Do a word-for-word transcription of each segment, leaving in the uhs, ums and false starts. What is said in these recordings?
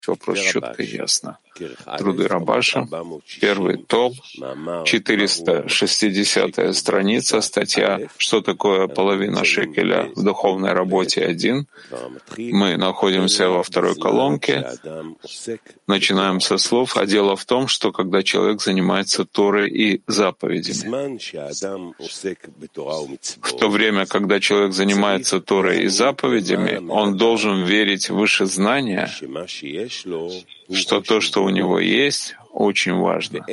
Вопрос четко и ясно. Труды Рабаша, первый том, четыреста шестидесятая страница, статья «Что такое половина шекеля в духовной работе один». Мы находимся во второй колонке. Начинаем со слов, а дело в том, что когда человек занимается Торой и заповедями, в то время, когда человек занимается Торой и заповедями, он должен верить в выше знания, что то, что у него есть, очень важно.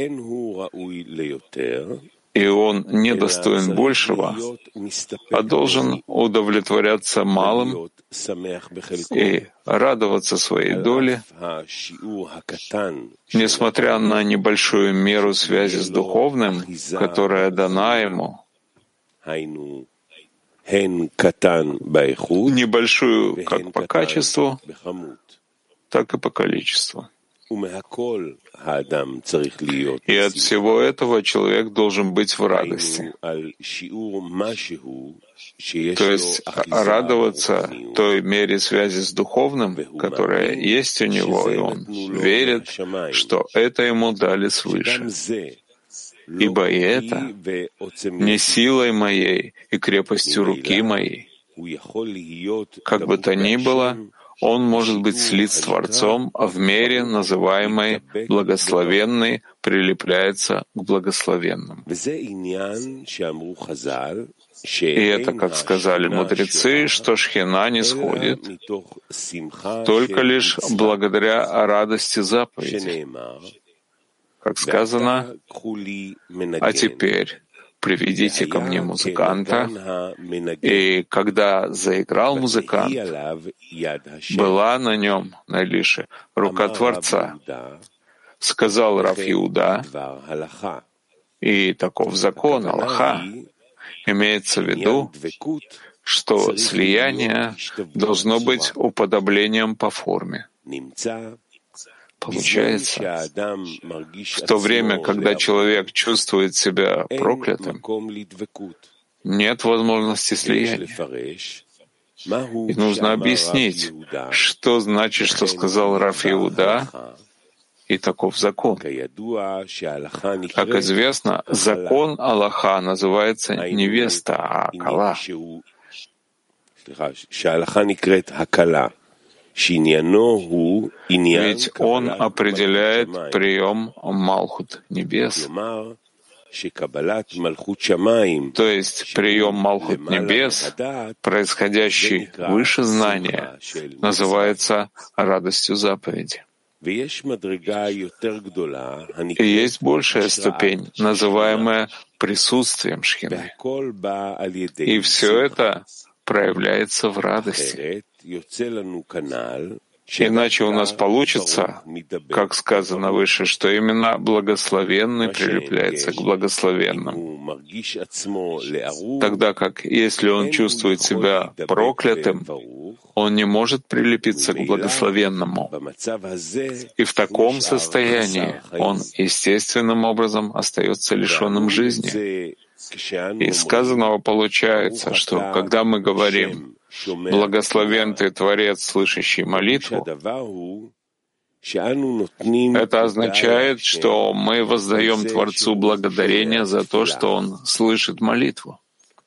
И он не достоин большего, а должен удовлетворяться малым и радоваться своей доле, несмотря на небольшую меру связи с духовным, которая дана ему, небольшую как по качеству, так и по количеству. И от всего этого человек должен быть в радости. То есть радоваться той мере связи с духовным, которая есть у него, и он верит, что это ему дали свыше. Ибо и это не силой моей и крепостью руки моей. Как бы то ни было, он может быть слит с Творцом, а в мере, называемой благословенной, прилепляется к благословенному. И это, как сказали мудрецы, что шхина не сходит только лишь благодаря радости заповеди. Как сказано, а теперь приведите ко мне музыканта. И когда заиграл музыкант, была на нем, на Илише, рука Творца. Сказал Рав Иуда, и таков закон, Аллаха, имеется в виду, что слияние должно быть уподоблением по форме. Получается, в то время, когда человек чувствует себя проклятым, нет возможности слияния. И нужно объяснить, что значит, что сказал Рав Иуда, и таков закон. Как известно, закон Аллаха называется невеста, а кала. Ведь он определяет прием Малхут небес. То есть прием Малхут небес, происходящий выше знания, называется радостью заповеди. И есть большая ступень, называемая присутствием шхины. И все это проявляется в радости. Иначе у нас получится, как сказано выше, что именно благословенный прилепляется к благословенному. Тогда как, если он чувствует себя проклятым, он не может прилепиться к благословенному. И в таком состоянии он естественным образом остается лишенным жизни. Из сказанного получается, что когда мы говорим «Благословен ты, Творец, слышащий молитву», это означает, что мы воздаем Творцу благодарение за то, что Он слышит молитву.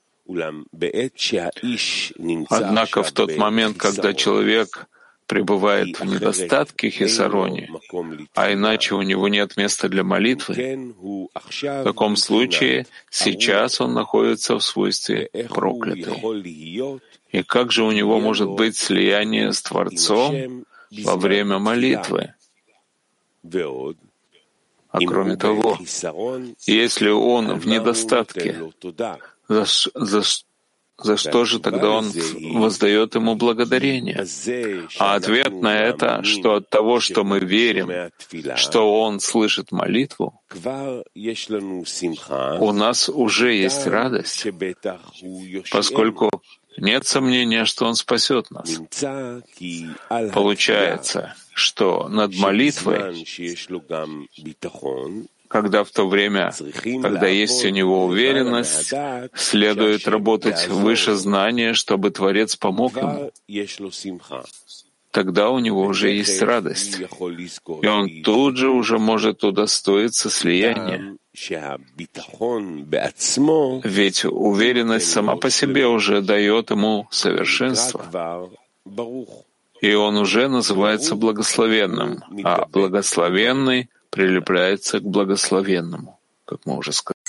Однако в тот момент, когда человек пребывает в недостатке хисароне, а иначе у него нет места для молитвы, в таком случае сейчас он находится в свойстве проклятый. И как же у него может быть слияние с Творцом во время молитвы? А кроме того, если он в недостатке, за, за, за что же тогда он воздает ему благодарение? А ответ на это, что от того, что мы верим, что он слышит молитву, у нас уже есть радость, поскольку нет сомнения, что Он спасет нас. Получается, что над молитвой, когда в то время, когда есть у него уверенность, следует работать выше знания, чтобы Творец помог ему. тогда у него уже есть радость, и он тут же уже может удостоиться слияния. Ведь уверенность сама по себе уже дает ему совершенство, и он уже называется благословенным, а благословенный прилепляется к благословенному, как мы уже сказали.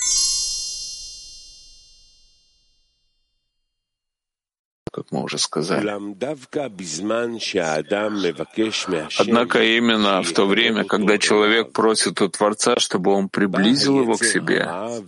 как мы уже сказали. Однако именно в то время, когда человек просит у Творца, чтобы он приблизил его к себе,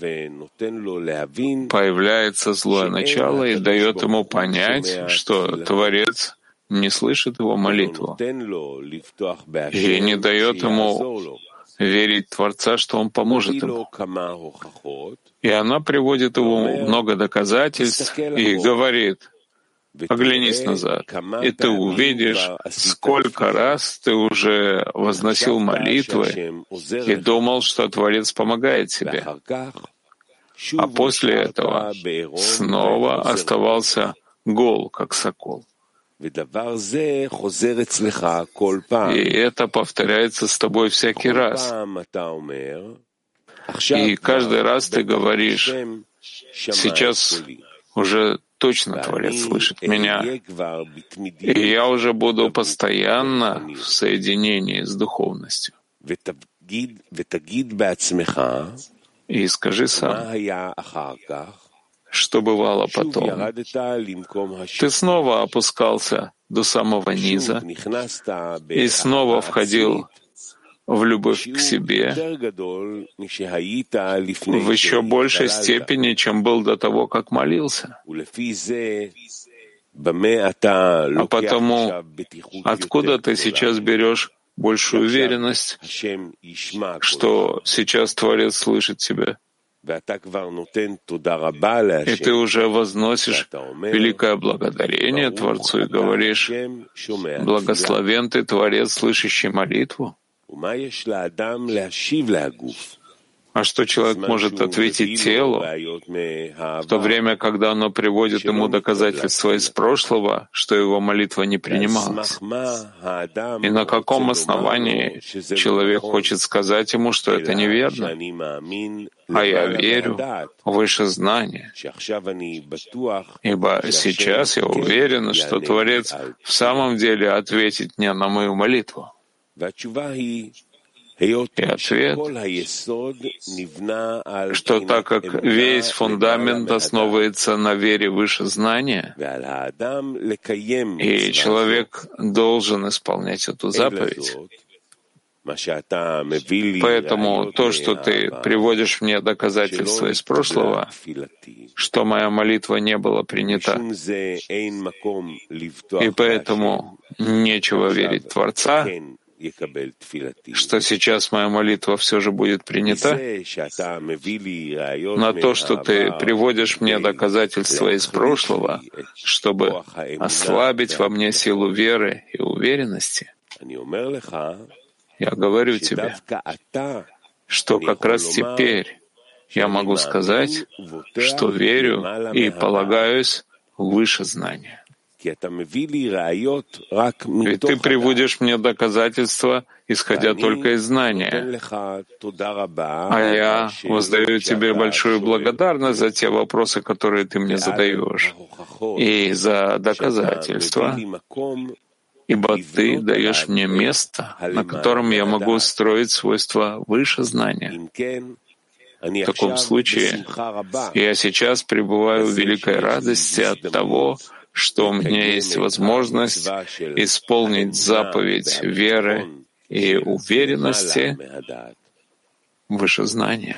появляется злое начало и дает ему понять, что Творец не слышит его молитву и не дает ему верить Творца, что он поможет ему. И она приводит ему много доказательств и говорит: оглянись назад, и ты увидишь, сколько раз ты уже возносил молитвы и думал, что Творец помогает тебе. А после этого снова оставался гол, как сокол. И это повторяется с тобой всякий раз. И каждый раз ты говоришь: сейчас уже точно Творец слышит меня, и я уже буду постоянно в соединении с духовностью. И скажи сам, что бывало потом. Ты снова опускался до самого низа и снова входил в любовь к себе в еще большей степени, чем был до того, как молился. А потому, откуда ты сейчас берешь большую уверенность, что сейчас Творец слышит тебя? И ты уже возносишь великое благодарение Творцу и говоришь: благословен ты, Творец, слышащий молитву. А что человек может ответить телу, в то время, когда оно приводит ему доказательства из прошлого, что его молитва не принималась? И на каком основании человек хочет сказать ему, что это неверно? А я верю выше знания, ибо сейчас я уверен, что Творец в самом деле ответит мне на мою молитву. И ответ, что так как весь фундамент основывается на вере выше знания, и человек должен исполнять эту заповедь, поэтому то, что ты приводишь мне доказательства из прошлого, что моя молитва не была принята, и поэтому нечего верить Творца, что сейчас моя молитва все же будет принята, на то, что ты приводишь мне доказательства из прошлого, чтобы ослабить во мне силу веры и уверенности, я говорю тебе, что как раз теперь я могу сказать, что верю и полагаюсь выше знания. Ведь ты приводишь мне доказательства, исходя только из знания. А я воздаю тебе большую благодарность за те вопросы, которые ты мне задаешь, и за доказательства, ибо ты даешь мне место, на котором я могу строить свойства выше знания. В таком случае я сейчас пребываю в великой радости от того, что у меня есть возможность исполнить заповедь веры и уверенности выше знания.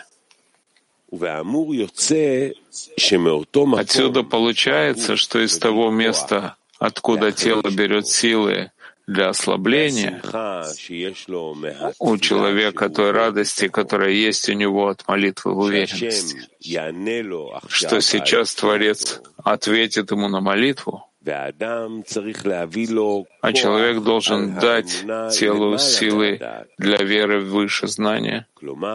Отсюда получается, что из того места, откуда тело берет силы для ослабления, у человека той радости, которая есть у него от молитвы в уверенности, что сейчас Творец ответит ему на молитву, а человек должен дать телу силы для веры выше знания.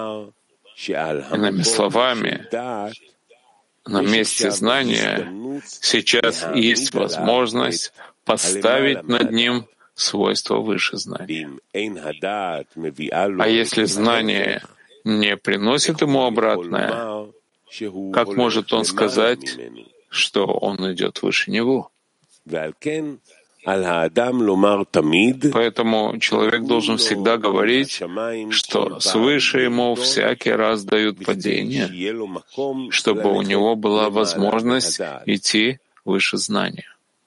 Иными словами, на месте знания сейчас есть возможность поставить над ним свойство выше знания. А если знание не приносит ему обратное, как может он сказать, что он идет выше него? Поэтому человек должен всегда говорить, что свыше ему всякий раз дают падение, чтобы у него была возможность идти выше знания.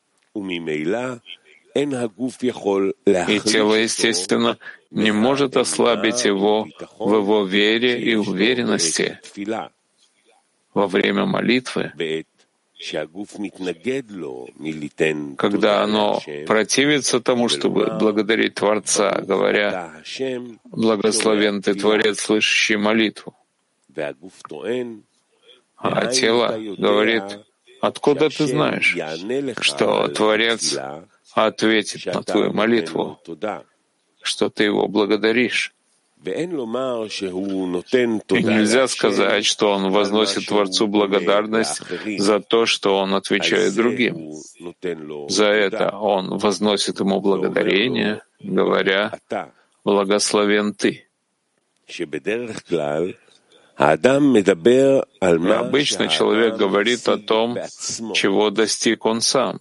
И тело, естественно, не может ослабить его в его вере и уверенности во время молитвы, когда оно противится тому, чтобы благодарить Творца, говоря: «Благословен Ты, Творец, слышащий молитву». А тело говорит: «Откуда ты знаешь, что Творец ответит на твою молитву, что ты его благодаришь?» И нельзя сказать, что он возносит Творцу благодарность за то, что он отвечает другим. За это он возносит ему благодарение, говоря: «Благословен ты». И обычно человек говорит о том, чего достиг он сам,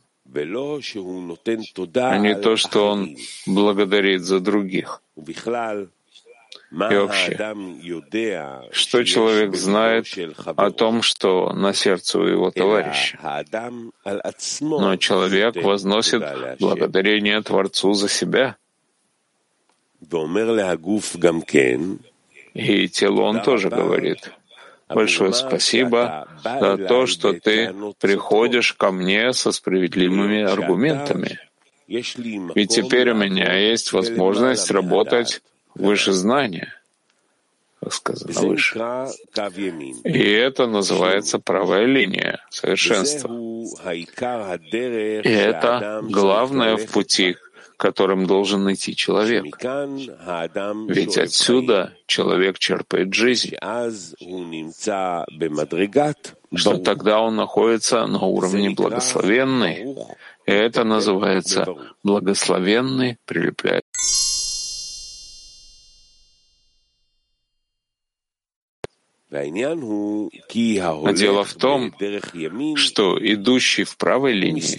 а не то, что он благодарит за других. И вообще, что человек знает о том, что на сердце у его товарища? Но человек возносит благодарение Творцу за себя. И телу он тоже говорит: «Большое спасибо за то, что ты приходишь ко мне со справедливыми аргументами. Ведь теперь у меня есть возможность работать выше знания», как сказано выше. И это называется правая линия совершенства. И это главное в пути, которым должен идти человек. Ведь отсюда человек черпает жизнь, что тогда он находится на уровне благословенной. И это называется благословенный прилепляет. А дело в том, что идущий в правой линии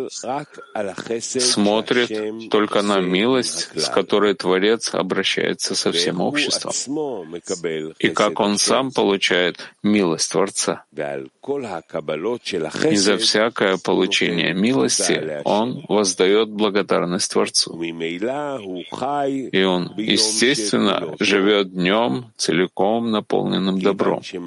смотрит только на милость, с которой Творец обращается со всем обществом, и как он сам получает милость Творца. И за всякое получение милости он воздает благодарность Творцу. И он, естественно, живет днем целиком наполненным добром.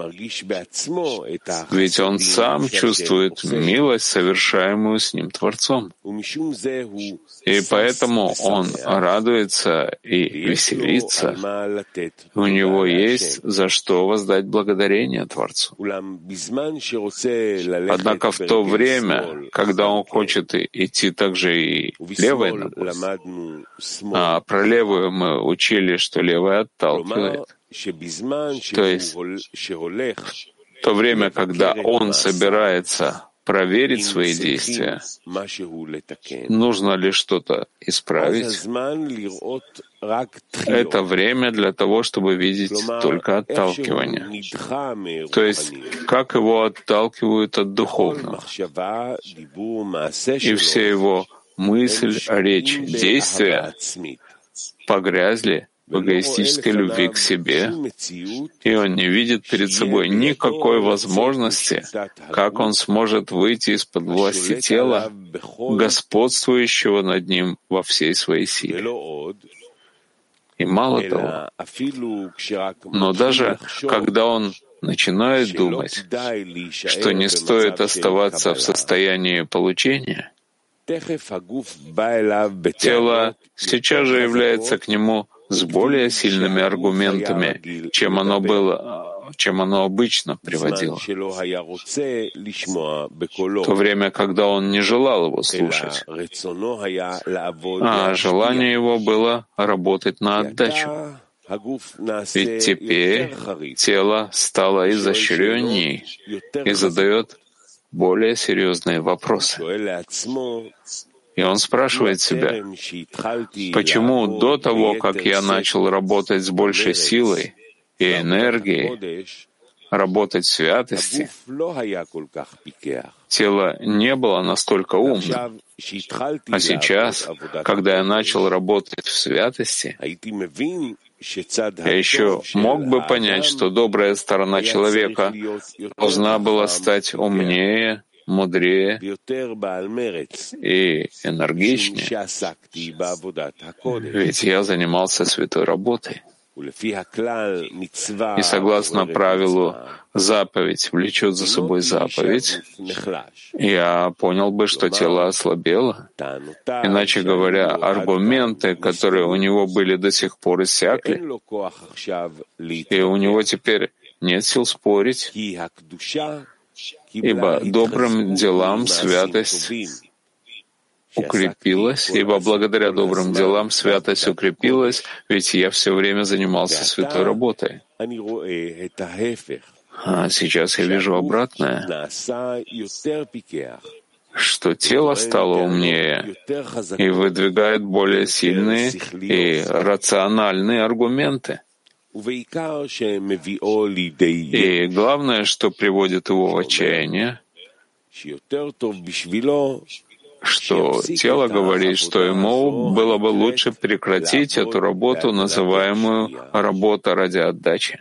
Ведь он сам чувствует милость, совершаемую с ним Творцом. И поэтому он радуется и веселится. У него есть за что воздать благодарение Творцу. Однако в то время, когда он хочет идти также и левой ногой, а про левую мы учили, что левая отталкивает, то есть в то время, когда он собирается проверить свои действия, нужно ли что-то исправить, это время для того, чтобы видеть только отталкивание. То есть, как его отталкивают от духовного. И все его мысль, речь, действия погрязли в эгоистической любви к себе, и он не видит перед собой никакой возможности, как он сможет выйти из-под власти тела, господствующего над ним во всей своей силе. И мало того, но даже когда он начинает думать, что не стоит оставаться в состоянии получения, тело сейчас же является к нему с более сильными аргументами, чем оно было, чем оно обычно приводило. В то время, когда он не желал его слушать, а желание его было работать на отдачу. Ведь теперь тело стало изощренней и задает более серьезные вопросы. И он спрашивает себя, почему до того, как я начал работать с большей силой и энергией, работать в святости, тело не было настолько умным. А сейчас, когда я начал работать в святости, я еще мог бы понять, что добрая сторона человека должна была стать умнее, мудрее и энергичнее, ведь я занимался святой работой. И согласно правилу «заповедь влечет за собой заповедь», я понял бы, что тело ослабело. Иначе говоря, аргументы, которые у него были до сих пор, иссякли, и у него теперь нет сил спорить, ибо добрым делам святость укрепилась, ибо благодаря добрым делам святость укрепилась, ведь я все время занимался святой работой. А сейчас я вижу обратное, что тело стало умнее и выдвигает более сильные и рациональные аргументы. И главное, что приводит его в отчаяние, что тело говорит, что ему было бы лучше прекратить эту работу, называемую «работа ради отдачи»,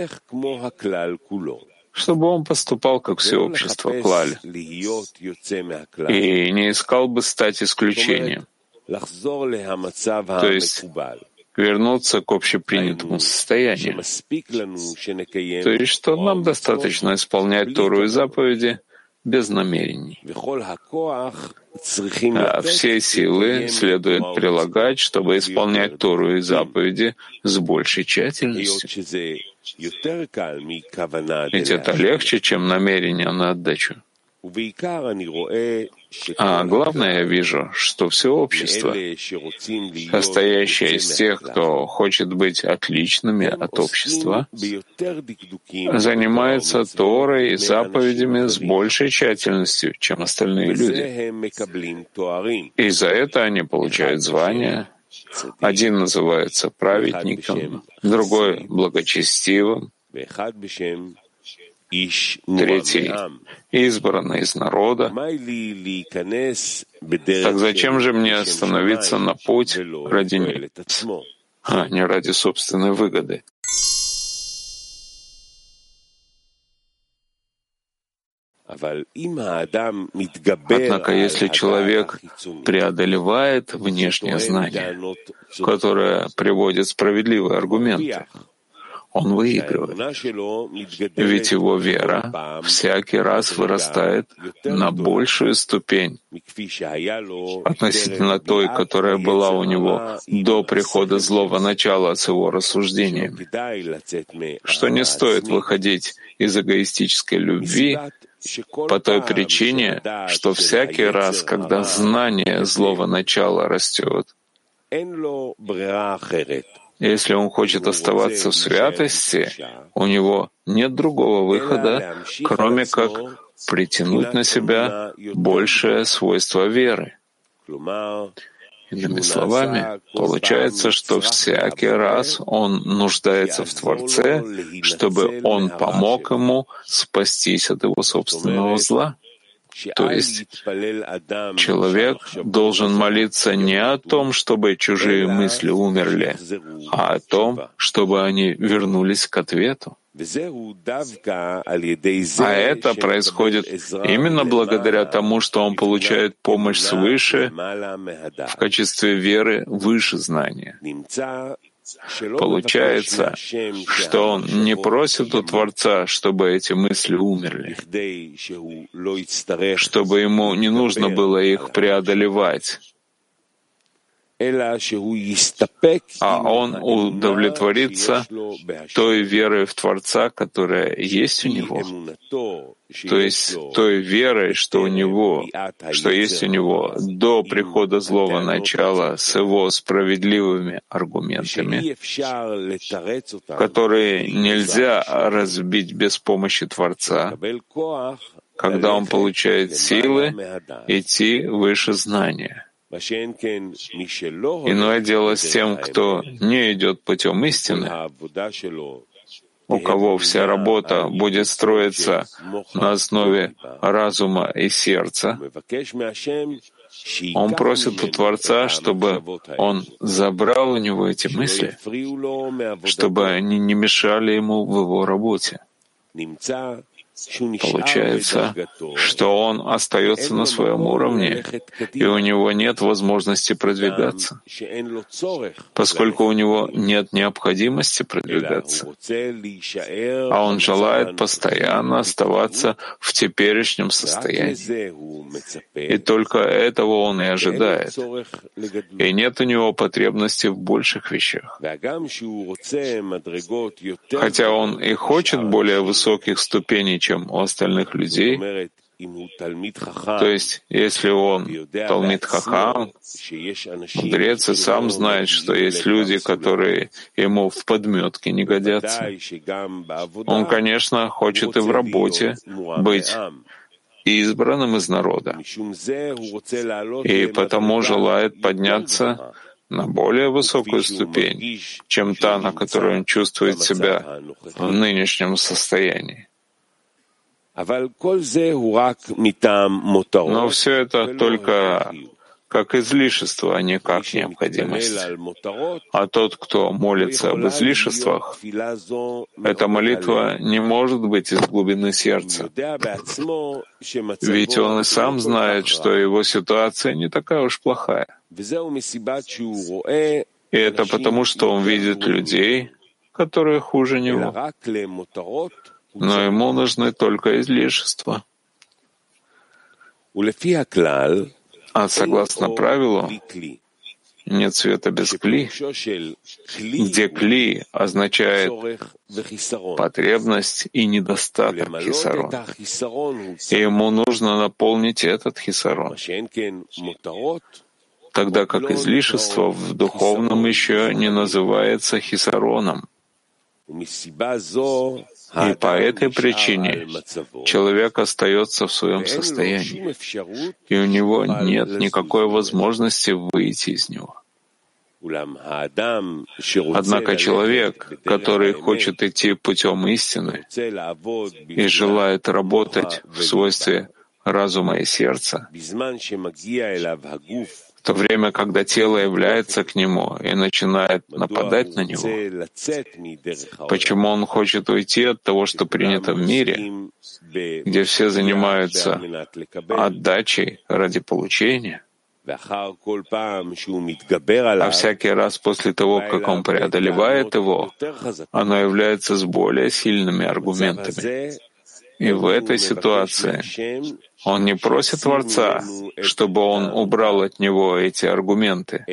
чтобы он поступал как все общество, клаль, и не искал бы стать исключением, то есть вернуться к общепринятому состоянию. То есть, что нам достаточно исполнять Тору и заповеди без намерений. А все силы следует прилагать, чтобы исполнять Тору и заповеди с большей тщательностью. Ведь это легче, чем намерение на отдачу. А главное, я вижу, что все общество, состоящее из тех, кто хочет быть отличными от общества, занимается Торой и заповедями с большей тщательностью, чем остальные люди. И за это они получают звания. Один называется праведником, другой — благочестивым, третий — избранный из народа. Так зачем же мне становиться на путь ради небес, а не ради собственной выгоды? Однако, если человек преодолевает внешнее знание, которое приводит справедливые аргументы, он выигрывает. Ведь его вера всякий раз вырастает на большую ступень относительно той, которая была у него до прихода злого начала с его рассуждениями, что не стоит выходить из эгоистической любви по той причине, что всякий раз, когда знание злого начала растет, если он хочет оставаться в святости, у него нет другого выхода, кроме как притянуть на себя большее свойство веры. Иными словами, получается, что всякий раз он нуждается в Творце, чтобы он помог ему спастись от его собственного зла. То есть человек должен молиться не о том, чтобы чужие мысли умерли, а о том, чтобы они вернулись к ответу. А это происходит именно благодаря тому, что он получает помощь свыше в качестве веры выше знания. Получается, что он не просит у Творца, чтобы эти мысли умерли, чтобы ему не нужно было их преодолевать, а он удовлетворится той верой в Творца, которая есть у него, то есть той верой, что у него, что есть у него до прихода злого начала с его справедливыми аргументами, которые нельзя разбить без помощи Творца, когда он получает силы идти выше знания. Иное дело с тем, кто не идет путем истины, у кого вся работа будет строиться на основе разума и сердца. Он просит у Творца, чтобы он забрал у него эти мысли, чтобы они не мешали ему в его работе. Получается, что он остается на своем уровне, и у него нет возможности продвигаться, поскольку у него нет необходимости продвигаться, а он желает постоянно оставаться в теперешнем состоянии. И только этого он и ожидает. И нет у него потребности в больших вещах. Хотя он и хочет более высоких ступеней, чем у остальных людей. То есть, если он Талмид Хахам, мудрец, и сам знает, что есть люди, которые ему в подметке не годятся, он, конечно, хочет и в работе быть избранным из народа, и потому желает подняться на более высокую ступень, чем та, на которой он чувствует себя в нынешнем состоянии. Но все это только как излишество, а не как необходимость. А тот, кто молится об излишествах, эта молитва не может быть из глубины сердца. Ведь он и сам знает, что его ситуация не такая уж плохая. И это потому, что он видит людей, которые хуже него. Но ему нужны только излишества. А согласно правилу, нет света без кли, где кли означает потребность и недостаток хисарон. И ему нужно наполнить этот хисарон. Тогда как излишество в духовном еще не называется хисароном. И по этой причине человек остается в своем состоянии, и у него нет никакой возможности выйти из него. Однако человек, который хочет идти путем истины и желает работать в свойстве разума и сердца, в то время, когда тело является к нему и начинает нападать на него, почему он хочет уйти от того, что принято в мире, где все занимаются отдачей ради получения, а всякий раз после того, как он преодолевает его, оно является с более сильными аргументами. И в этой ситуации он не просит Творца, чтобы он убрал от него эти аргументы,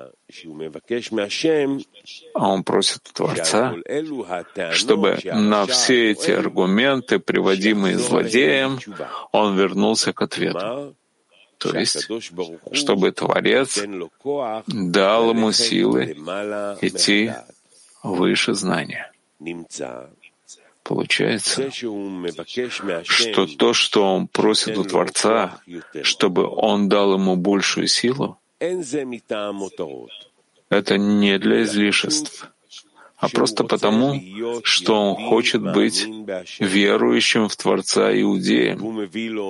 а он просит Творца, чтобы на все эти аргументы, приводимые злодеем, он вернулся к ответу. То есть, чтобы Творец дал ему силы идти выше знания. Получается, что то, что он просит у Творца, чтобы он дал ему большую силу, это не для излишеств, а просто потому, что он хочет быть верующим в Творца иудеем.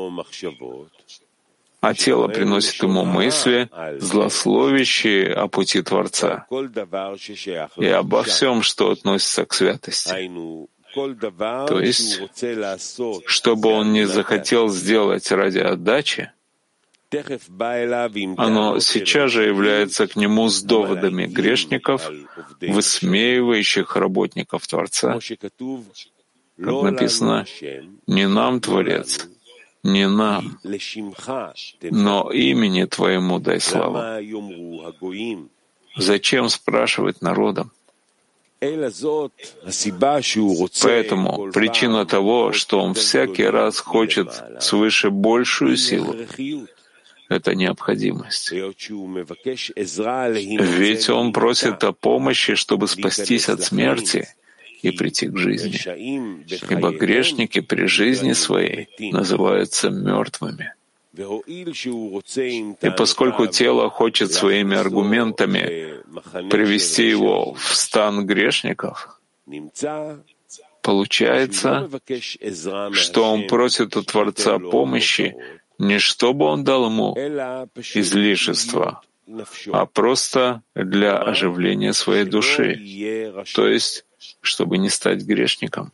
А тело приносит ему мысли, злословящие о пути Творца и обо всем, что относится к святости. То есть, что бы он не захотел сделать ради отдачи, оно сейчас же является к нему с доводами грешников, высмеивающих работников Творца. Как написано, «Не нам, Творец, не нам, но имени Твоему дай славу». Зачем спрашивать народом? Поэтому причина того, что он всякий раз хочет свыше большую силу, это необходимость. Ведь он просит о помощи, чтобы спастись от смерти и прийти к жизни. Ибо грешники при жизни своей называются мертвыми. И поскольку тело хочет своими аргументами привести его в стан грешников, получается, что он просит у Творца помощи не чтобы он дал ему излишества, а просто для оживления своей души, то есть чтобы не стать грешником.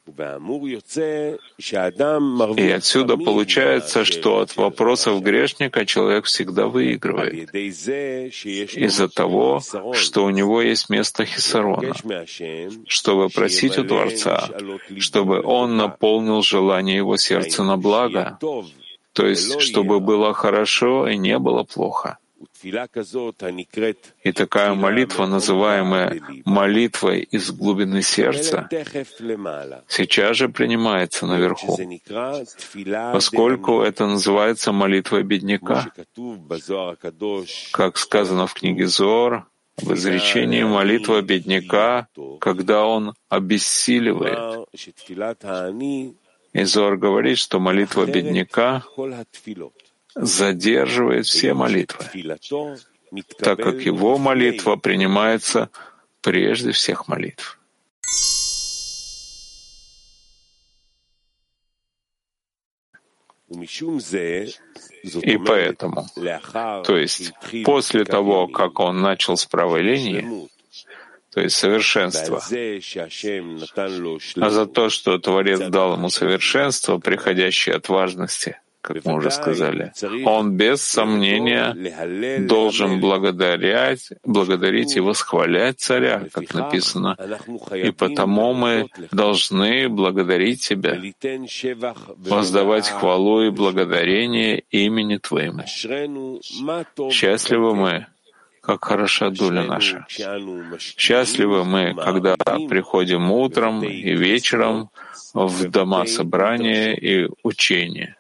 И отсюда получается, что от вопросов грешника человек всегда выигрывает из-за того, что у него есть место хисарона, чтобы просить у Творца, чтобы он наполнил желание его сердца на благо, то есть чтобы было хорошо и не было плохо. И такая молитва, называемая молитвой из глубины сердца, сейчас же принимается наверху, поскольку это называется молитвой бедняка, как сказано в книге Зоар, в изречении молитва бедняка, когда он обессиливает. И Зоар говорит, что молитва бедняка задерживает все молитвы, так как его молитва принимается прежде всех молитв. И поэтому, то есть после того, как он начал с правой линии, то есть совершенство, а за то, что Творец дал ему совершенство, приходящее от важности, как мы уже сказали, он без сомнения должен благодарять, благодарить и восхвалять царя, как написано, и потому мы должны благодарить тебя, воздавать хвалу и благодарение имени Твоему. Счастливы мы, как хороша доля наша. Счастливы мы, когда приходим утром и вечером в дома собрания и учения.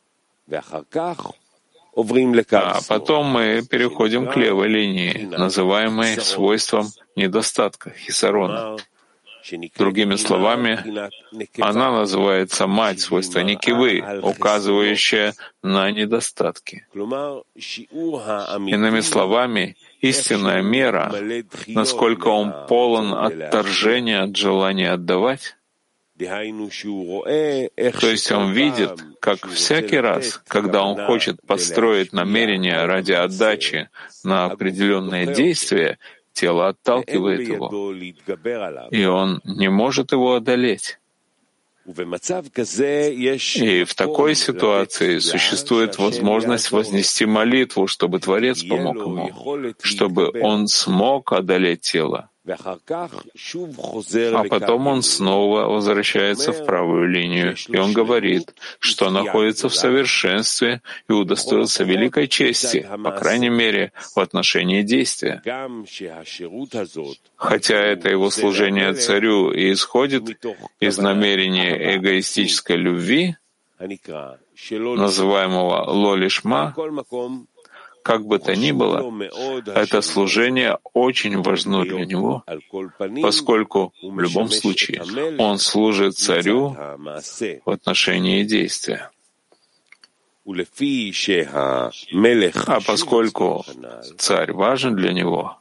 А потом мы переходим к левой линии, называемой свойством недостатка, хисарона. Другими словами, она называется мать свойства никивы, указывающая на недостатки. Иными словами, истинная мера, насколько он полон отторжения от желания отдавать, то есть он видит, как всякий раз, когда он хочет построить намерение ради отдачи на определенное действие, тело отталкивает его, и он не может его одолеть. И в такой ситуации существует возможность вознести молитву, чтобы Творец помог ему, чтобы он смог одолеть тело. А потом он снова возвращается в правую линию, и он говорит, что находится в совершенстве и удостоился великой чести, по крайней мере, в отношении действия. Хотя это его служение царю и исходит из намерения эгоистической любви, называемого ло-лишма, как бы то ни было, это служение очень важно для него, поскольку в любом случае он служит царю в отношении действия. А поскольку царь важен для него,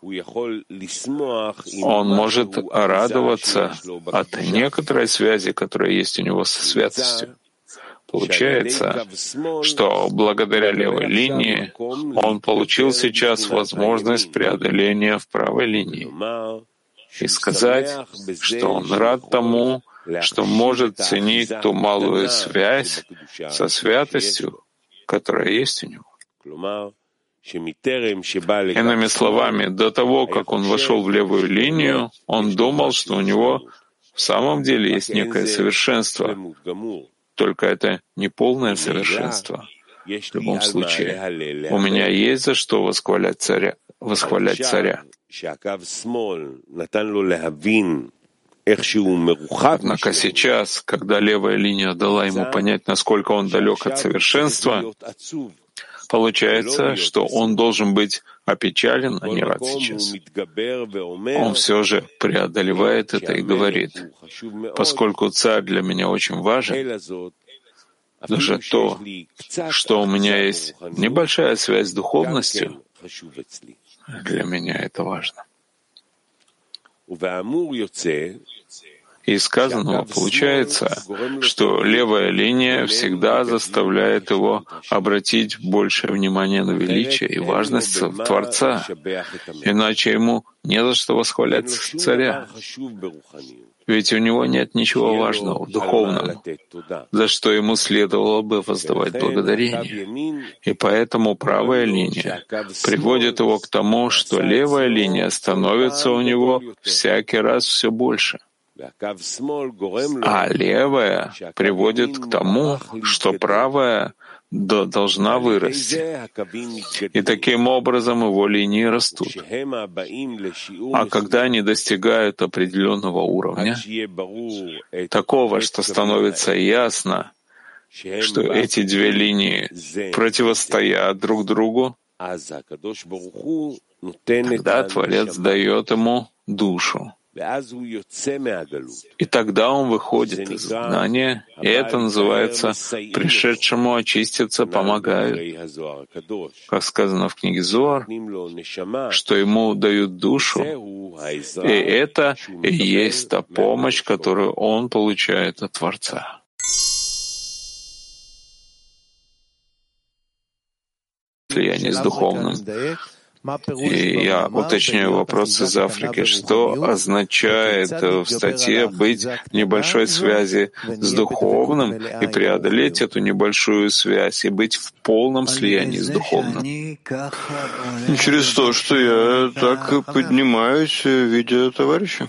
он может радоваться от некоторой связи, которая есть у него со святостью. Получается, что благодаря левой линии он получил сейчас возможность преодоления в правой линии и сказать, что он рад тому, что может ценить ту малую связь со святостью, которая есть у него. Иными словами, до того, как он вошел в левую линию, он думал, что у него в самом деле есть некое совершенство, только это не полное совершенство. В любом случае, у меня есть за что восхвалять царя. Восхвалять царя. Однако сейчас, когда левая линия дала ему понять, насколько он далек от совершенства, получается, что он должен быть опечален, а не рад сейчас. Он все же преодолевает это и говорит, поскольку царь для меня очень важен, Даже то, что у меня есть небольшая связь с духовностью, для меня это важно. Из сказанного получается, что левая линия всегда заставляет его обратить большее внимание на величие и важность Творца, иначе ему не за что восхвалять царя. Ведь у него нет ничего важного в духовном, за что ему следовало бы воздавать благодарение. И поэтому правая линия приводит его к тому, что левая линия становится у него всякий раз все больше. А левая приводит к тому, что правая должна вырасти. И таким образом его линии растут. А когда они достигают определенного уровня, такого, что становится ясно, что эти две линии противостоят друг другу, тогда Творец дает ему душу. И тогда он выходит из изгнания, и это называется «пришедшему очиститься помогают». Как сказано в книге Зоар, что ему дают душу, и это и есть та помощь, которую он получает от Творца. Слияние с духовным. И я уточняю вопрос из Африки. Что означает в статье быть в небольшой связи с духовным и преодолеть эту небольшую связь и быть в полном слиянии с духовным? Через то, что я так поднимаюсь, видя товарища.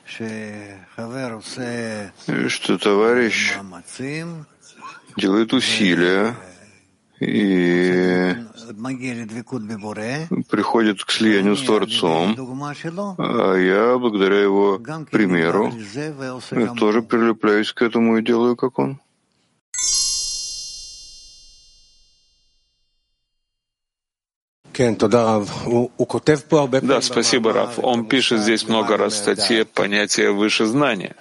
Что товарищ делает усилия и приходит к слиянию с Творцом, а я, благодаря его примеру, тоже прилепляюсь к этому и делаю, как он. Да, спасибо, Рав. Он пишет здесь много раз в статье понятие «выше знания».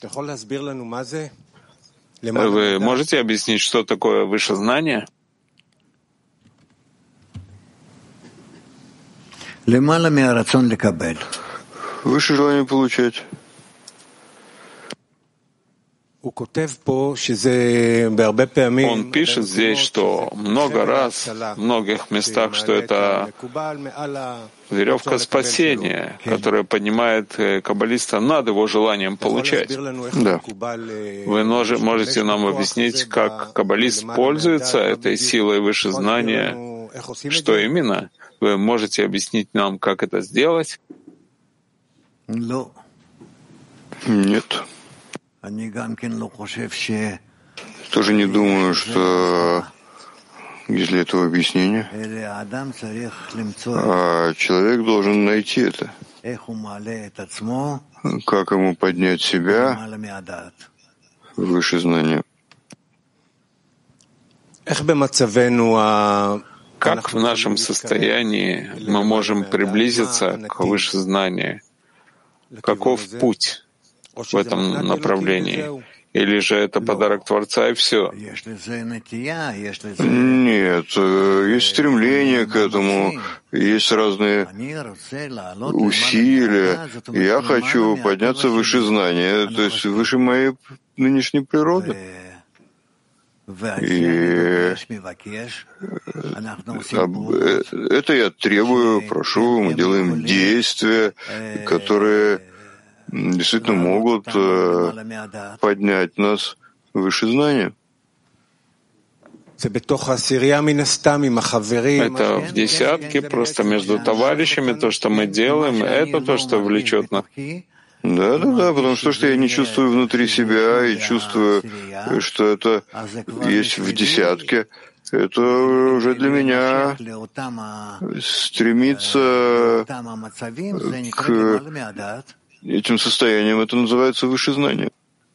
Вы можете объяснить, что такое выше знание? Выше желание получать. Он пишет здесь, что много раз, в многих местах, что это веревка спасения, которая поднимает каббалиста над его желанием получать. Да. Вы можете нам объяснить, как каббалист пользуется этой силой выше знания? Что именно? Вы можете объяснить нам, как это сделать? Нет. Тоже не думаю, что есть для этого объяснение. А человек должен найти это. Как ему поднять себя выше знания? Как в нашем состоянии мы можем приблизиться к вышезнанию? Каков путь в этом направлении? Или же это подарок Творца и все? Нет, есть стремление к этому, есть разные усилия. Я хочу подняться выше знания, то есть выше моей нынешней природы. И это я требую, прошу, мы делаем действия, которые действительно могут поднять нас выше знания. Это в десятке, просто между товарищами, то, что мы делаем, это то, что влечет нас. Да, да, да, потому что, что я не чувствую внутри себя и чувствую, что это есть в десятке, это уже для меня стремиться к этим состояниям, это называется выше знания.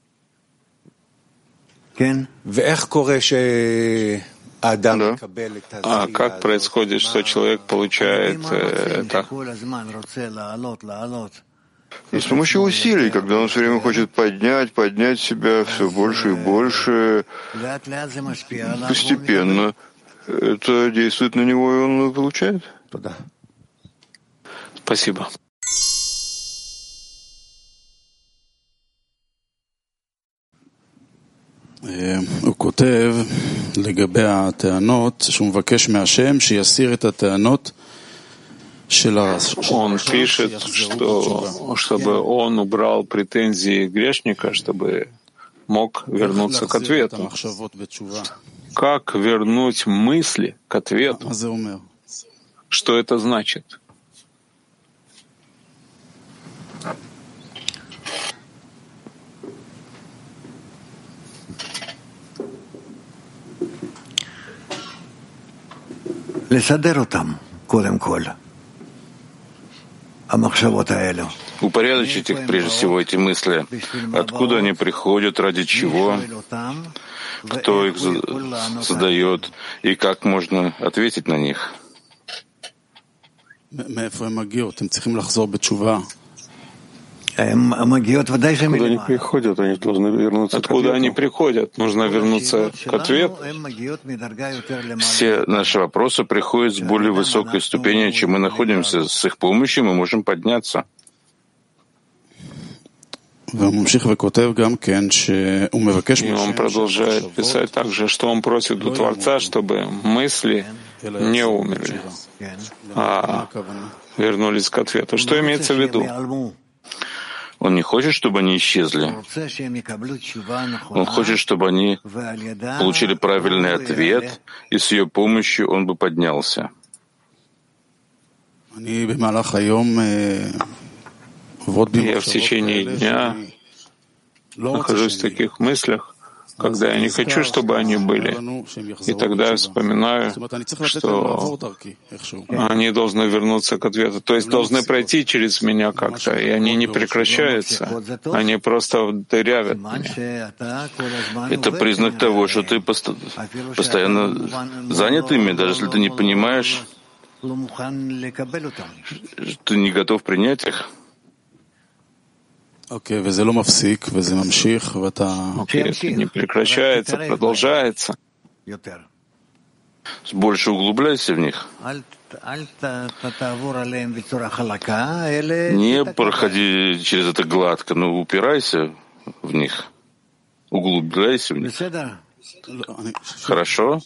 Да. А как происходит, что человек получает это? Но с помощью усилий, когда он все время хочет поднять, поднять себя все больше и больше, постепенно это действует на него, и он получает. Спасибо. הוא כותב לגבי הטענות שהוא מבקש מהשם שיסיר את הטענות של Он пишет, что чтобы он убрал претензии грешника, чтобы мог вернуться к ответу. Как вернуть мысли к ответу? Что это значит? לסדר אותם, קודם כל. המחשבות האלו. Упорядочить их, прежде всего, эти мысли. Откуда они приходят, ради чего, кто их задает, и как можно ответить на них. Откуда они приходят, они должны вернуться к ответу. Откуда они приходят? Нужно вернуться к ответу. Все наши вопросы приходят с более высокой ступени, чем мы находимся. С их помощью мы можем подняться. И он продолжает писать также, что он просит у Творца, чтобы мысли не умерли, а вернулись к ответу. Что имеется в виду? Он не хочет, чтобы они исчезли. Он хочет, чтобы они получили правильный ответ, и с ее помощью он бы поднялся. Я в течение дня нахожусь в таких мыслях, когда я не хочу, чтобы они были. И тогда я вспоминаю, что они должны вернуться к ответу. То есть должны пройти через меня как-то, и они не прекращаются. Они просто дырявят меня. Это признак того, что ты пост- постоянно занят ими, даже если ты не понимаешь, ты не готов принять их. Окей, это не прекращается, продолжается. Больше углубляйся в них. Не проходи через это гладко, но упирайся в них. Углубляйся в них. Хорошо?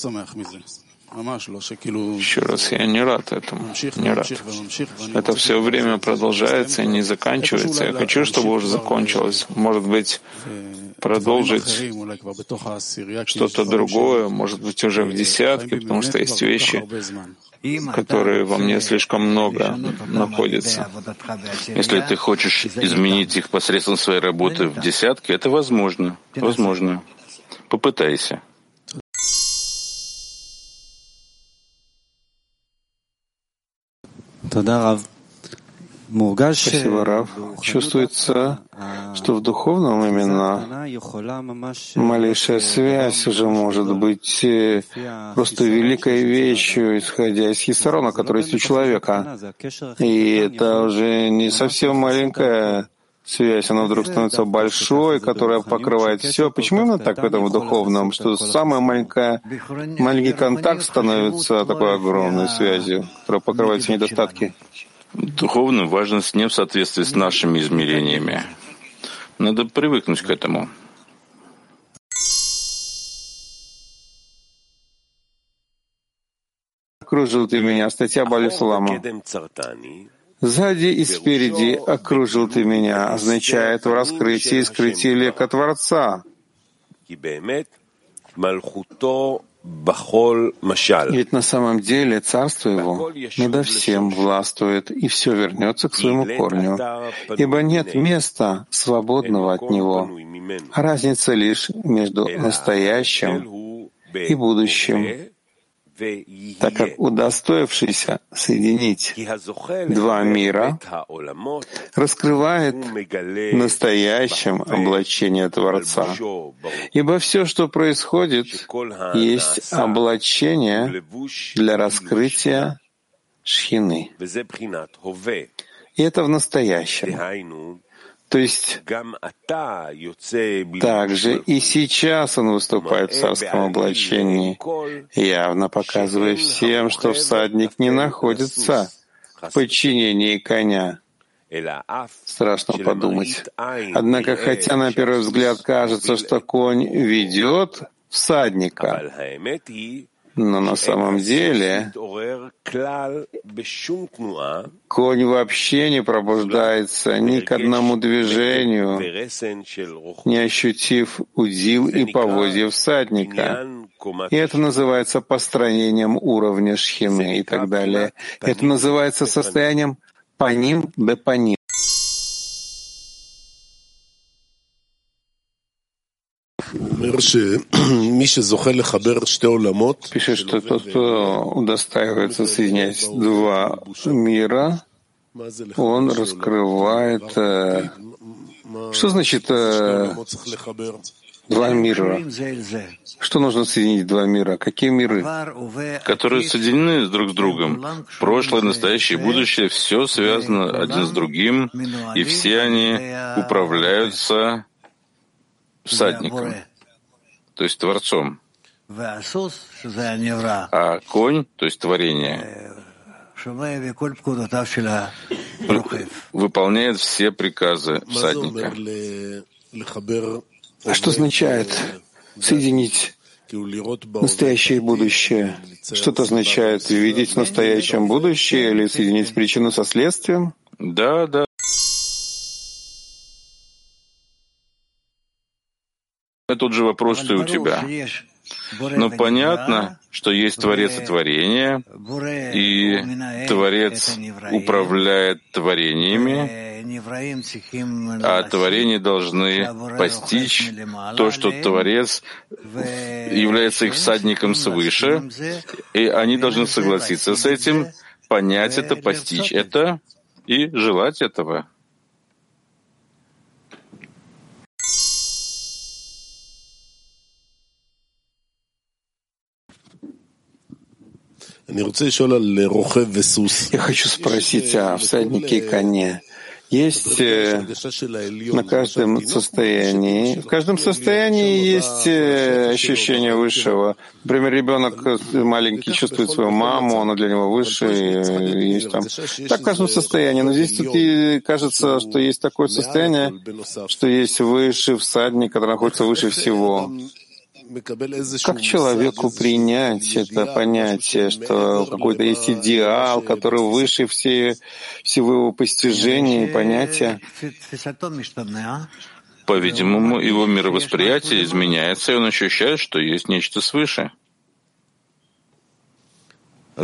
Еще раз, я не рад этому, не рад. Это все время продолжается и не заканчивается. Я хочу, чтобы уже закончилось. Может быть, продолжить что-то другое, может быть, уже в десятке, потому что есть вещи, которые во мне слишком много находятся. Если ты хочешь изменить их посредством своей работы в десятке, это возможно. Возможно. Попытайся. Спасибо, Рав. Чувствуется, что в духовном именно малейшая связь уже может быть просто великой вещью, исходя из хисарона, который есть у человека. И это уже не совсем маленькая связь, она вдруг становится большой, которая покрывает все. Почему именно так в этом духовном, что самая маленькая, маленький контакт становится такой огромной связью, которая покрывает все недостатки? Духовная важность не в соответствии с нашими измерениями. Надо привыкнуть к этому. Окружил ты меня, статья Балисулама. Сзади и спереди окружил ты меня, означает в раскрытии и скрытии лика Творца. Ведь на самом деле царство его надо всем властвует, и все вернется к своему корню, ибо нет места свободного от него. Разница лишь между настоящим и будущим, так как удостоившийся соединить два мира раскрывает настоящим облачение Творца. Ибо все, что происходит, есть облачение для раскрытия Шхины. И это в настоящем. То есть также и сейчас он выступает в царском облачении, явно показывая всем, что всадник не находится в подчинении коня. Страшно подумать. Однако, хотя на первый взгляд кажется, что конь ведет всадника, но на самом деле конь вообще не пробуждается ни к одному движению, не ощутив удил и поводья всадника. И это называется построением уровня шхины и так далее. Это называется состоянием паним бе паним. Пишет, что тот, кто удостаивается соединять два мира, он раскрывает... Э, что значит э, два мира? Что нужно соединить два мира? Какие миры? Которые соединены друг с другом. Прошлое, настоящее и будущее — все связано один с другим, и все они управляются всадником, то есть Творцом. А конь, то есть творение, выполняет все приказы всадника. А что означает соединить настоящее и будущее? Что это означает? Видеть в настоящем будущее или соединить причину со следствием? Да, да. Тот же вопрос, что и у тебя. Но понятно, что есть Творец и творение, и Творец управляет творениями, а творения должны постичь то, что Творец является их всадником свыше, и они должны согласиться с этим, понять это, постичь это и желать этого. Я хочу спросить о всаднике и коне. Есть на каждом состоянии, в каждом состоянии есть ощущение высшего. Например, ребенок маленький чувствует свою маму, она для него выше, есть там. Так в каждом состоянии. Но здесь тут и кажется, что есть такое состояние, что есть высший всадник, который находится выше всего. Как человеку принять это понятие, что какой-то есть идеал, который выше все, всего его постижения и понятия? По-видимому, его мировосприятие изменяется, и он ощущает, что есть нечто свыше. На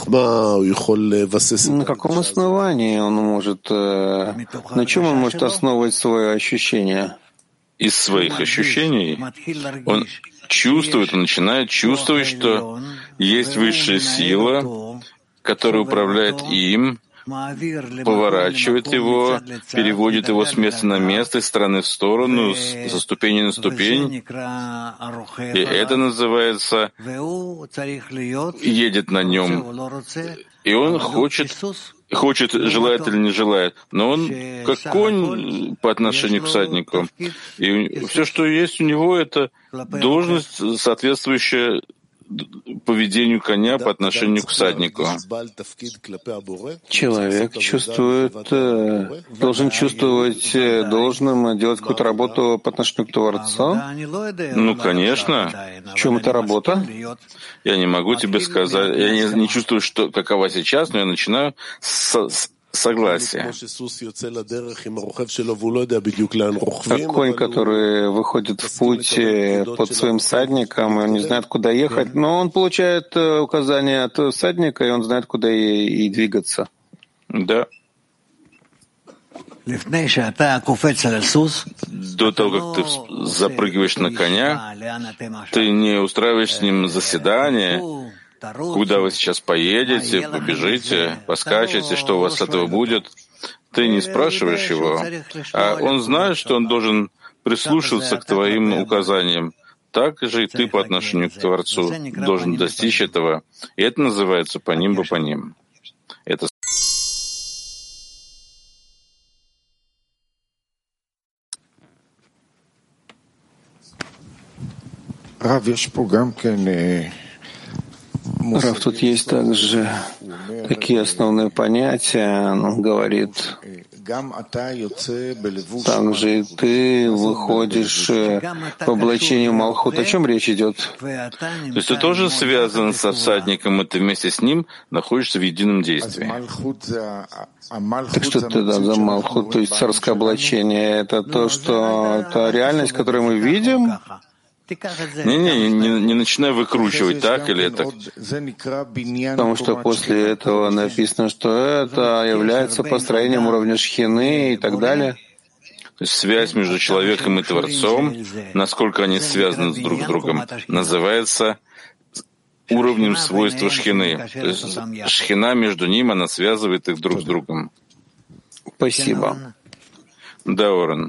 каком основании он может, на чем он может основывать свое ощущение? Из своих ощущений он чувствует, он начинает чувствовать, что есть высшая сила, которая управляет им, поворачивает его, переводит его с места на место, из стороны в сторону, со ступени на ступень. И это называется «едет на нем». И он хочет, хочет, желает или не желает, но он как конь по отношению к всаднику. И все, что есть у него, это должность, соответствующая поведению коня по отношению к всаднику. Человек чувствует, должен чувствовать должным делать какую-то работу по отношению к Творцу? Ну, конечно. В чем эта работа? Я не могу тебе сказать. Я не, не чувствую, что какова сейчас, но я начинаю с, с согласия. Как конь, который выходит в путь под своим всадником, и он не знает, куда ехать, но он получает указания от всадника, и он знает, куда и, и двигаться. Да. До того, как ты запрыгиваешь на коня, ты не устраиваешь с ним заседание, куда вы сейчас поедете, побежите, поскачете, что у вас с этого будет. Ты не спрашиваешь его, а он знает, что он должен прислушиваться к твоим указаниям. Так же и ты по отношению к Творцу должен достичь этого. И это называется «паним ба паним». Это Рав, тут есть также такие основные понятия. Он говорит, также и ты выходишь в облачении Малхут. О чем речь идет? То есть ты тоже связан со всадником, и ты вместе с ним находишься в едином действии. Так что это да, за Малхут, то есть царское облачение? Это то, что это реальность, которую мы видим? Не-не, не, не начинай выкручивать так или так. Потому что после этого написано, что это является построением уровня шхины и так далее. То есть связь между человеком и Творцом, насколько они связаны друг с другом, называется уровнем свойства шхины. То есть шхина между ними, она связывает их друг с другом. Спасибо. Да, Орен.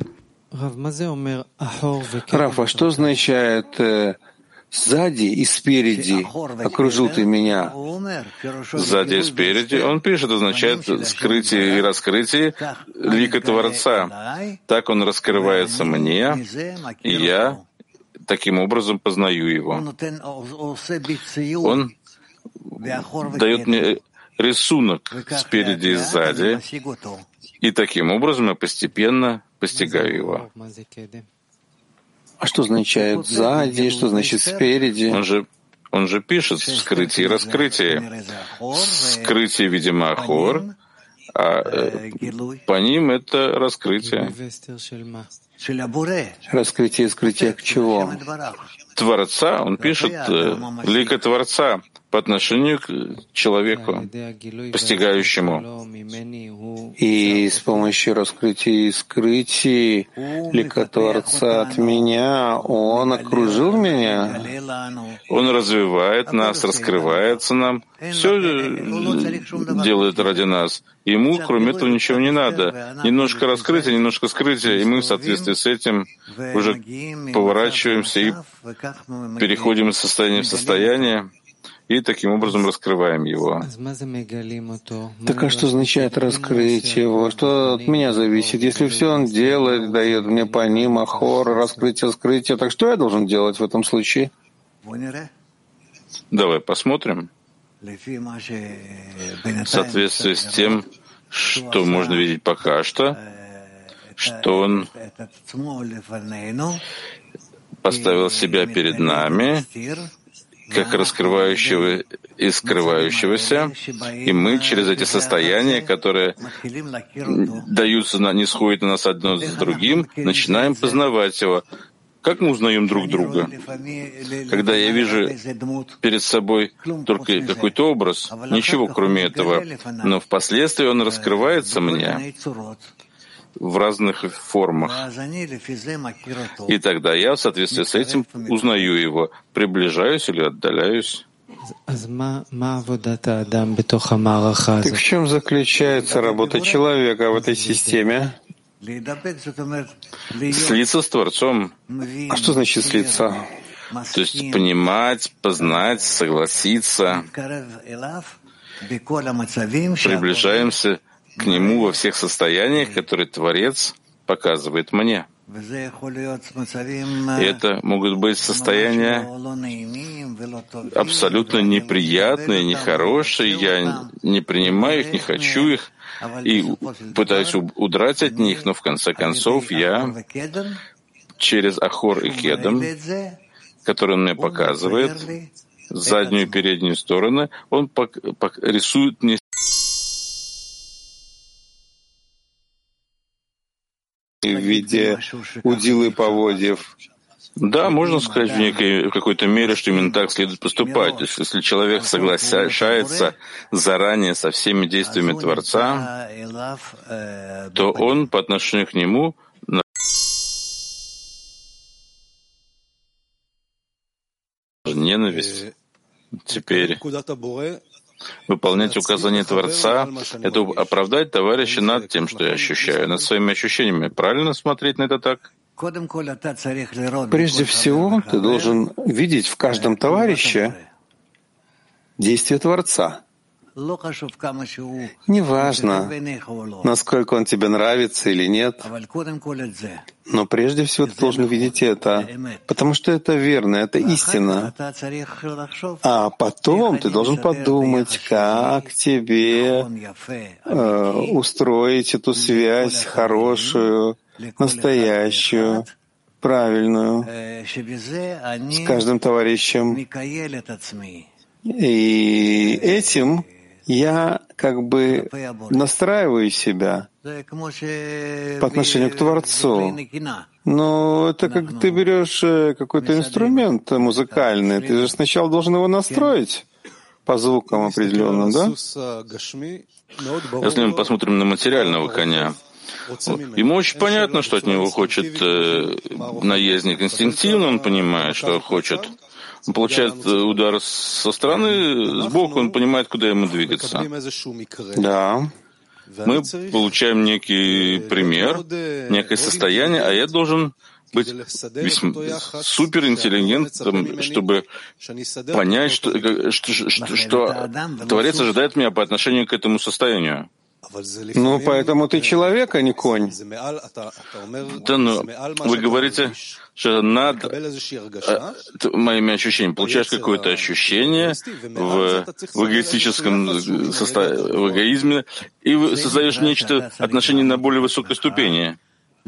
Раф, а что означает э, сзади и спереди окружил ты меня? Сзади и спереди. Он пишет, означает скрытие и раскрытие лика Творца. Так он раскрывается мне, и я таким образом познаю его. Он дает мне рисунок спереди и сзади, и таким образом я постепенно постигаю его. А что означает сзади, что значит спереди? Он же, он же пишет скрытие и раскрытие. Скрытие, видимо, Ахор, а э, по ним это раскрытие. Раскрытие и скрытие к чего? Творца, он пишет э, лика Творца по отношению к человеку, постигающему. И с помощью раскрытия и скрытия лика Творца от меня он окружил меня. Он развивает нас, раскрывается нам, все делает ради нас. Ему, кроме этого, ничего не надо. Немножко раскрытия, немножко скрытия, и мы в соответствии с этим уже поворачиваемся и переходим из состояния в состояние, и таким образом раскрываем его. Так а что означает раскрыть его? Что от меня зависит? Если все он делает, дает мне по ним ахор, раскрытие, скрытие, так что я должен делать в этом случае? Давай посмотрим. В соответствии с тем, что можно видеть пока что, что он поставил себя перед нами, как раскрывающего и скрывающегося, и мы через эти состояния, которые даются, не сходят на нас одно с другим, начинаем познавать его. Как мы узнаем друг друга? Когда я вижу перед собой только какой-то образ, ничего кроме этого, но впоследствии он раскрывается мне в разных формах. И тогда я в соответствии с этим узнаю его, приближаюсь или отдаляюсь. Так в чем заключается работа человека в этой системе? Слиться с Творцом. А что значит слиться? То есть понимать, познать, согласиться. Приближаемся к Нему во всех состояниях, которые Творец показывает мне. И это могут быть состояния абсолютно неприятные, нехорошие. Я не принимаю их, не хочу их и пытаюсь удрать от них, но в конце концов я через Ахор и Кедом, который он мне показывает, заднюю и переднюю стороны, он рисует мне в виде удилы поводьев. Да, можно сказать в некой в какой-то мере, что именно так следует поступать. То есть, если человек соглашается заранее со всеми действиями Творца, то он по отношению к нему ненависть. Теперь выполнять указания Творца — это оправдать товарища над тем, что я ощущаю, над своими ощущениями. Правильно смотреть на это так? Прежде всего, ты должен видеть в каждом товарище действие Творца. Неважно, насколько он тебе нравится или нет, но прежде всего ты должен видеть это, потому что это верно, это истина. А потом ты должен подумать, как тебе э, устроить эту связь хорошую, настоящую, правильную, с каждым товарищем. И этим я как бы настраиваю себя по отношению к Творцу. Но это как ты берешь какой-то инструмент музыкальный, ты же сначала должен его настроить по звукам определенным, да? Если мы посмотрим на материального коня, ему очень понятно, что от него хочет э, наездник. Инстинктивно он понимает, что хочет. Он получает удар со стороны, сбоку, он понимает, куда ему двигаться. Да. Мы получаем некий пример, некое состояние, а я должен быть весьма суперинтеллигентом, чтобы понять, что, что, что, что Творец ожидает меня по отношению к этому состоянию. Ну, поэтому ты человек, а не конь. Да, ну, вы говорите, что над моими ощущениями получаешь какое-то ощущение в, в эгоистическом состоянии, в эгоизме, и создаешь нечто, отношение на более высокой ступени.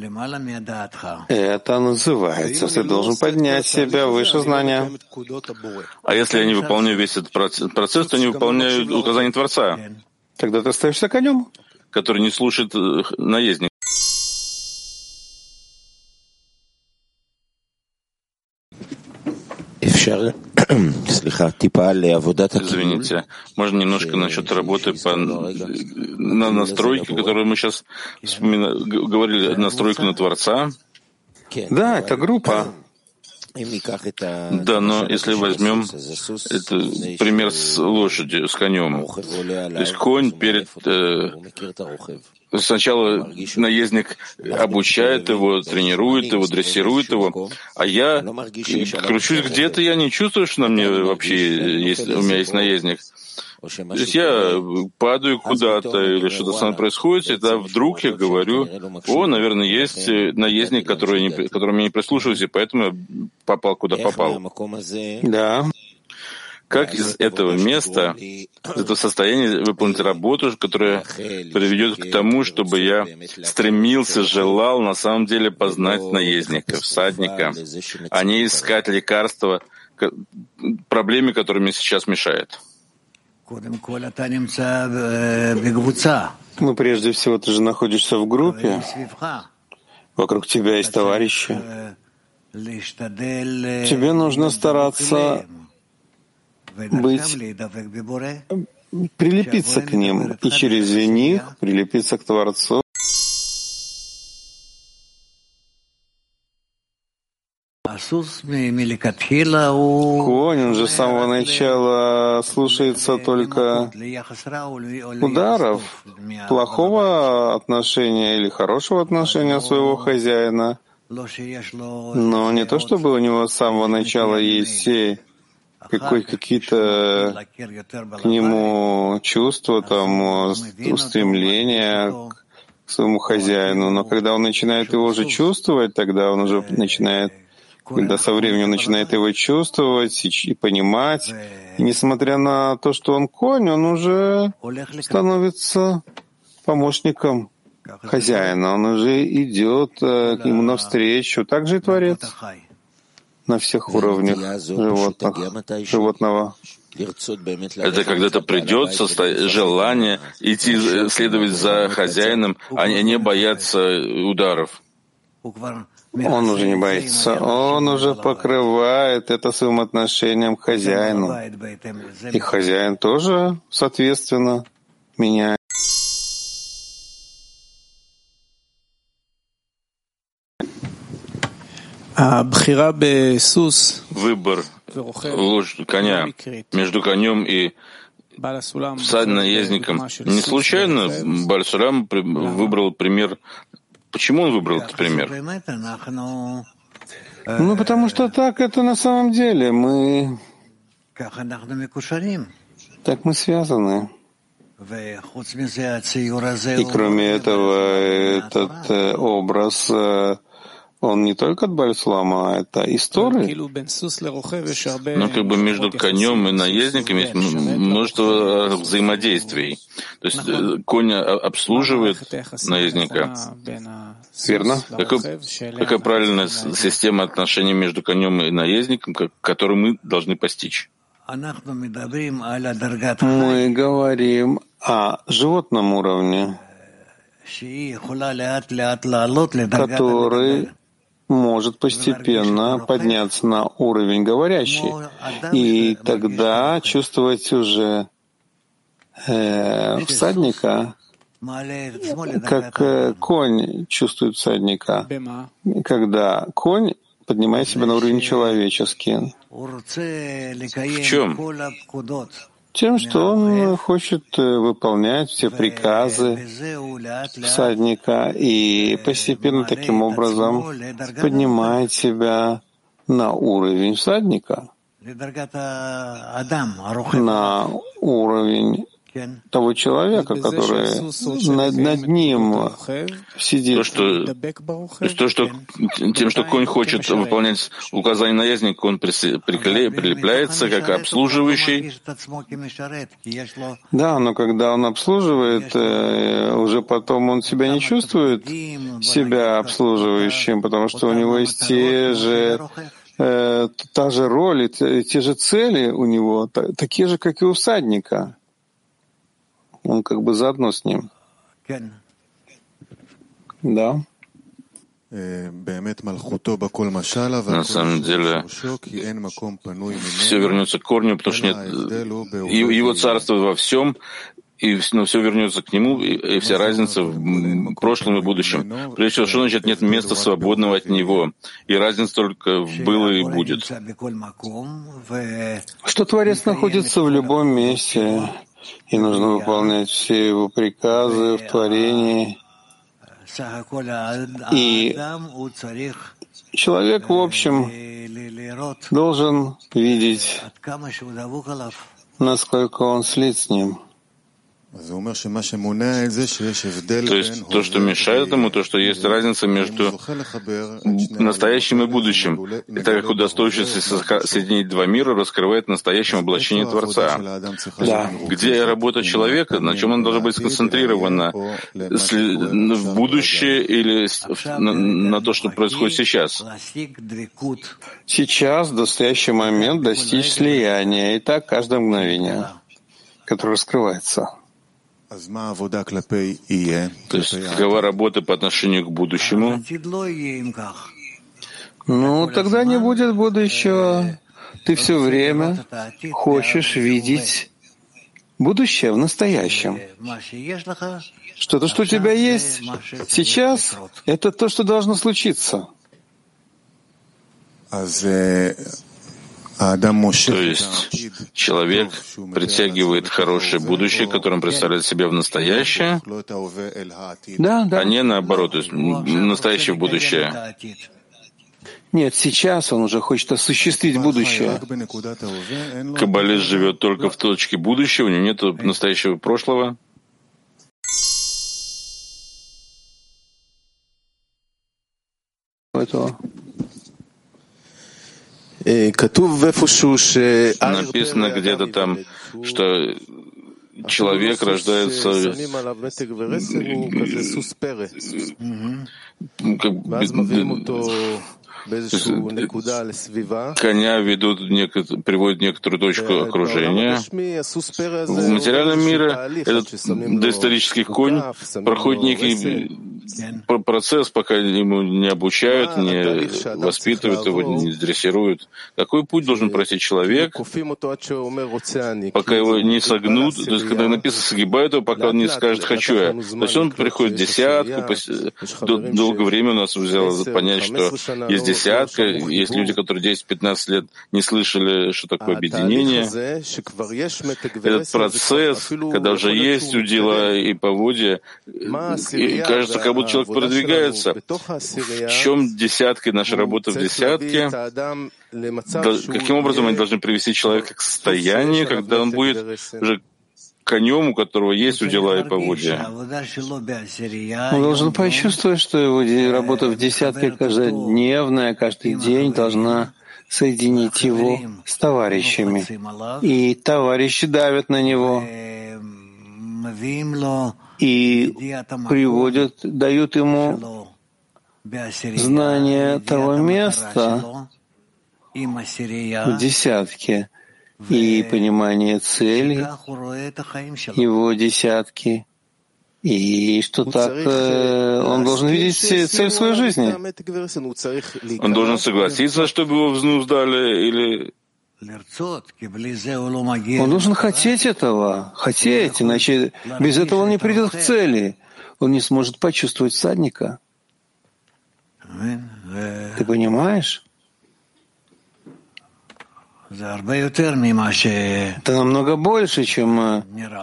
Это называется, ты должен поднять себя выше знания. А если я не выполняю весь этот процесс, то не выполняю указания Творца. Тогда ты остаешься конем, который не слушает наездник. Извините, можно немножко насчет работы по, на настройке, которую мы сейчас вспомина, говорили, настройку на Творца? Да, это группа. Да, но если возьмем это пример с лошадью, с конем, то есть конь перед э, сначала наездник обучает его, тренирует его, дрессирует его, а я кручусь где-то, я не чувствую, что на мне вообще есть, у меня есть наездник. То есть я падаю куда-то или что-то со мной происходит, и тогда вдруг я говорю, о, наверное, есть наездник, который не, которому я не прислушиваюсь, и поэтому я попал, куда попал. Да. Как из этого места, из этого состояния выполнить работу, которая приведет к тому, чтобы я стремился, желал на самом деле познать наездника, всадника, а не искать лекарства проблеме, которая мне сейчас мешает? Ну, прежде всего, ты же находишься в группе, вокруг тебя есть товарищи. Тебе нужно стараться быть, прилепиться к ним, и через них прилепиться к Творцу. Конь, он же с самого начала слушается только ударов, плохого отношения или хорошего отношения своего хозяина. Но не то, чтобы у него с самого начала есть какой, какие-то к нему чувства, там, устремления к своему хозяину. Но когда он начинает его уже чувствовать, тогда он уже начинает когда со временем начинает его чувствовать и, и понимать. И несмотря на то, что он конь, он уже становится помощником хозяина. Он уже идет э, к нему навстречу. Так же и Творец на всех уровнях животных, животного. Это когда-то придет желание идти следовать за хозяином, а не бояться ударов. Он уже не боится. Он уже покрывает это своим отношением к хозяину. И хозяин тоже, соответственно, меняет. Выбор лошадь, коня между конем и всадником не случайно Бааль Сулам выбрал пример. Почему он выбрал этот пример? Ну, потому что так это на самом деле. Мы так мы связаны. И кроме этого, этот образ, он не только от Бальсулама, а это история. Но как бы между конем и наездником есть множество взаимодействий. То есть конь обслуживает наездника. Верно? Какая, какая правильная система отношений между конем и наездником, которую мы должны постичь? Мы говорим о животном уровне, который может постепенно подняться на уровень говорящий, и тогда чувствовать уже э, всадника, как э, конь чувствует всадника, когда конь поднимает себя на уровень человеческий. В чем? Тем, что он хочет выполнять все приказы всадника и постепенно таким образом поднимает себя на уровень всадника, на уровень того человека, который над, над ним сидит. То, что, то, что тем, что конь хочет выполнять указания наездника, он прикле, прилепляется как обслуживающий. Да, но когда он обслуживает, уже потом он себя не чувствует себя обслуживающим, потому что у него есть те же э, та же роль, те, те же цели у него, такие же, как и у всадника. Он как бы заодно с ним. Да. На самом деле, все вернется к корню, потому что нет его царство во всем, и но все вернется к нему, и, и вся разница в прошлом и будущем. Прежде всего, что значит нет места свободного от него, и разница только в было и будет. Что Творец находится в любом месте, и нужно выполнять все его приказы в творении. И человек, в общем, должен видеть, насколько он слит с ним. То есть то, что мешает ему, то, что есть разница между настоящим и будущим. И так как удостоившийся соединить два мира, раскрывает настоящее облачение Творца. Да. Где работа человека, на чем она должна быть сконцентрирована? В будущее или на, на то, что происходит сейчас? Сейчас, в настоящий момент, достичь слияния. И так каждое мгновение, которое раскрывается. То есть какова работа по отношению к будущему? Ну, тогда не будет будущего. Ты все время хочешь видеть будущее в настоящем. Что-то, что у тебя есть сейчас, это то, что должно случиться. То есть человек притягивает хорошее будущее, которое он представляет себе в настоящее, да, да. а не наоборот, то есть настоящее в будущее. Нет, сейчас он уже хочет осуществить будущее. Каббалист живет только в точке будущего, у него нет настоящего прошлого. Этого. Написано где-то там, что человек рождается коня ведут, приводят в некоторую точку окружения. В материальном мире этот доисторический конь проходит некий процесс, пока ему не обучают, не воспитывают его, не дрессируют. Какой путь должен пройти человек, пока его не согнут, то есть когда написано «согибают его», пока он не скажет «хочу я». То есть он приходит в десятку, долгое время у нас взяло понять, что есть десятка, есть люди, которые десять-пятнадцать лет не слышали, что такое объединение. Этот процесс, когда уже есть удила и поводья, и кажется, как будто человек продвигается. В чем десятка и наша работа в десятке? Каким образом они должны привести человека к состоянию, когда он будет уже конем, у которого есть удила и поводья. Он должен почувствовать, что его работа в десятке каждодневная, каждый день должна соединить его с товарищами. И товарищи давят на него и приводят, дают ему знание того места в десятке и понимание цели его десятки, и что так э, он должен видеть цель своей жизни. Он должен согласиться, чтобы его взнуздали, или... Он должен хотеть этого, хотеть, иначе без этого он не придет к цели. Он не сможет почувствовать всадника. Ты понимаешь? Это намного больше, чем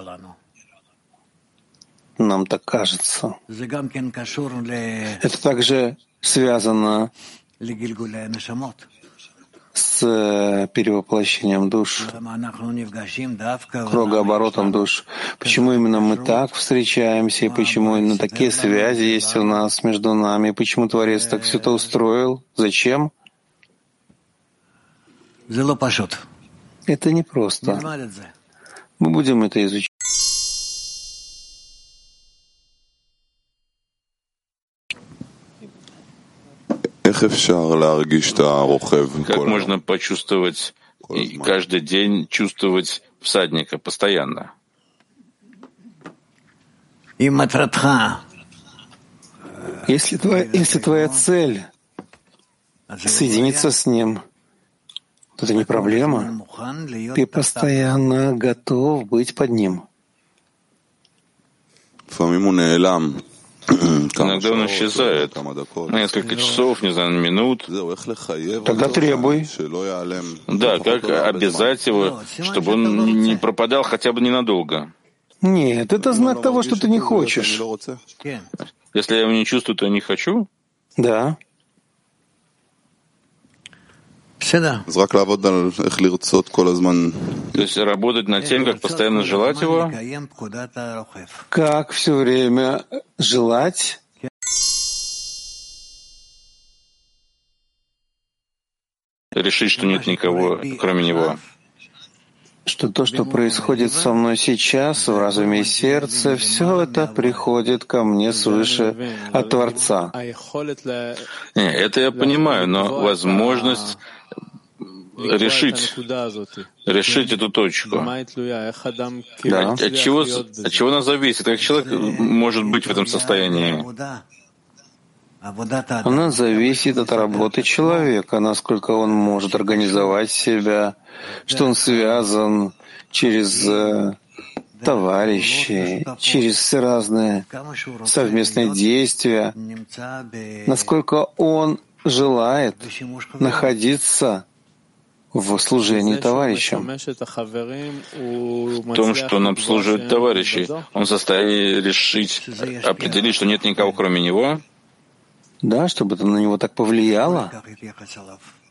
нам так кажется. Это также связано с перевоплощением душ, кругооборотом душ. Почему именно мы так встречаемся, и почему именно такие связи есть у нас между нами, и почему Творец так все это устроил? Зачем? Это непросто. Мы будем это изучать. Как можно почувствовать и каждый день чувствовать всадника постоянно? Если твоя, если твоя цель соединиться с ним, то это не проблема. Ты постоянно готов быть под ним. Иногда он исчезает на несколько часов, не знаю, на минут. Тогда требуй. Да, как обязать его, чтобы он не пропадал хотя бы ненадолго? Нет, это знак того, что ты не хочешь. Если я его не чувствую, то не хочу? Да. То есть работать над тем, как постоянно желать его? Как все время желать? Решить, что нет никого, кроме него. Что то, что происходит со мной сейчас, в разуме и сердце, все это приходит ко мне свыше от Творца. Не, это я понимаю, но возможность решить, решить эту точку. Да. От чего, от чего она зависит? Как человек может быть в этом состоянии? Она зависит от работы человека, насколько он может организовать себя, что он связан через э, товарищей, через все разные совместные действия, насколько он желает находиться в служении товарищам. В том, что он обслуживает товарищей, он в состоянии решить, определить, что нет никого кроме него? Да, чтобы это на него так повлияло.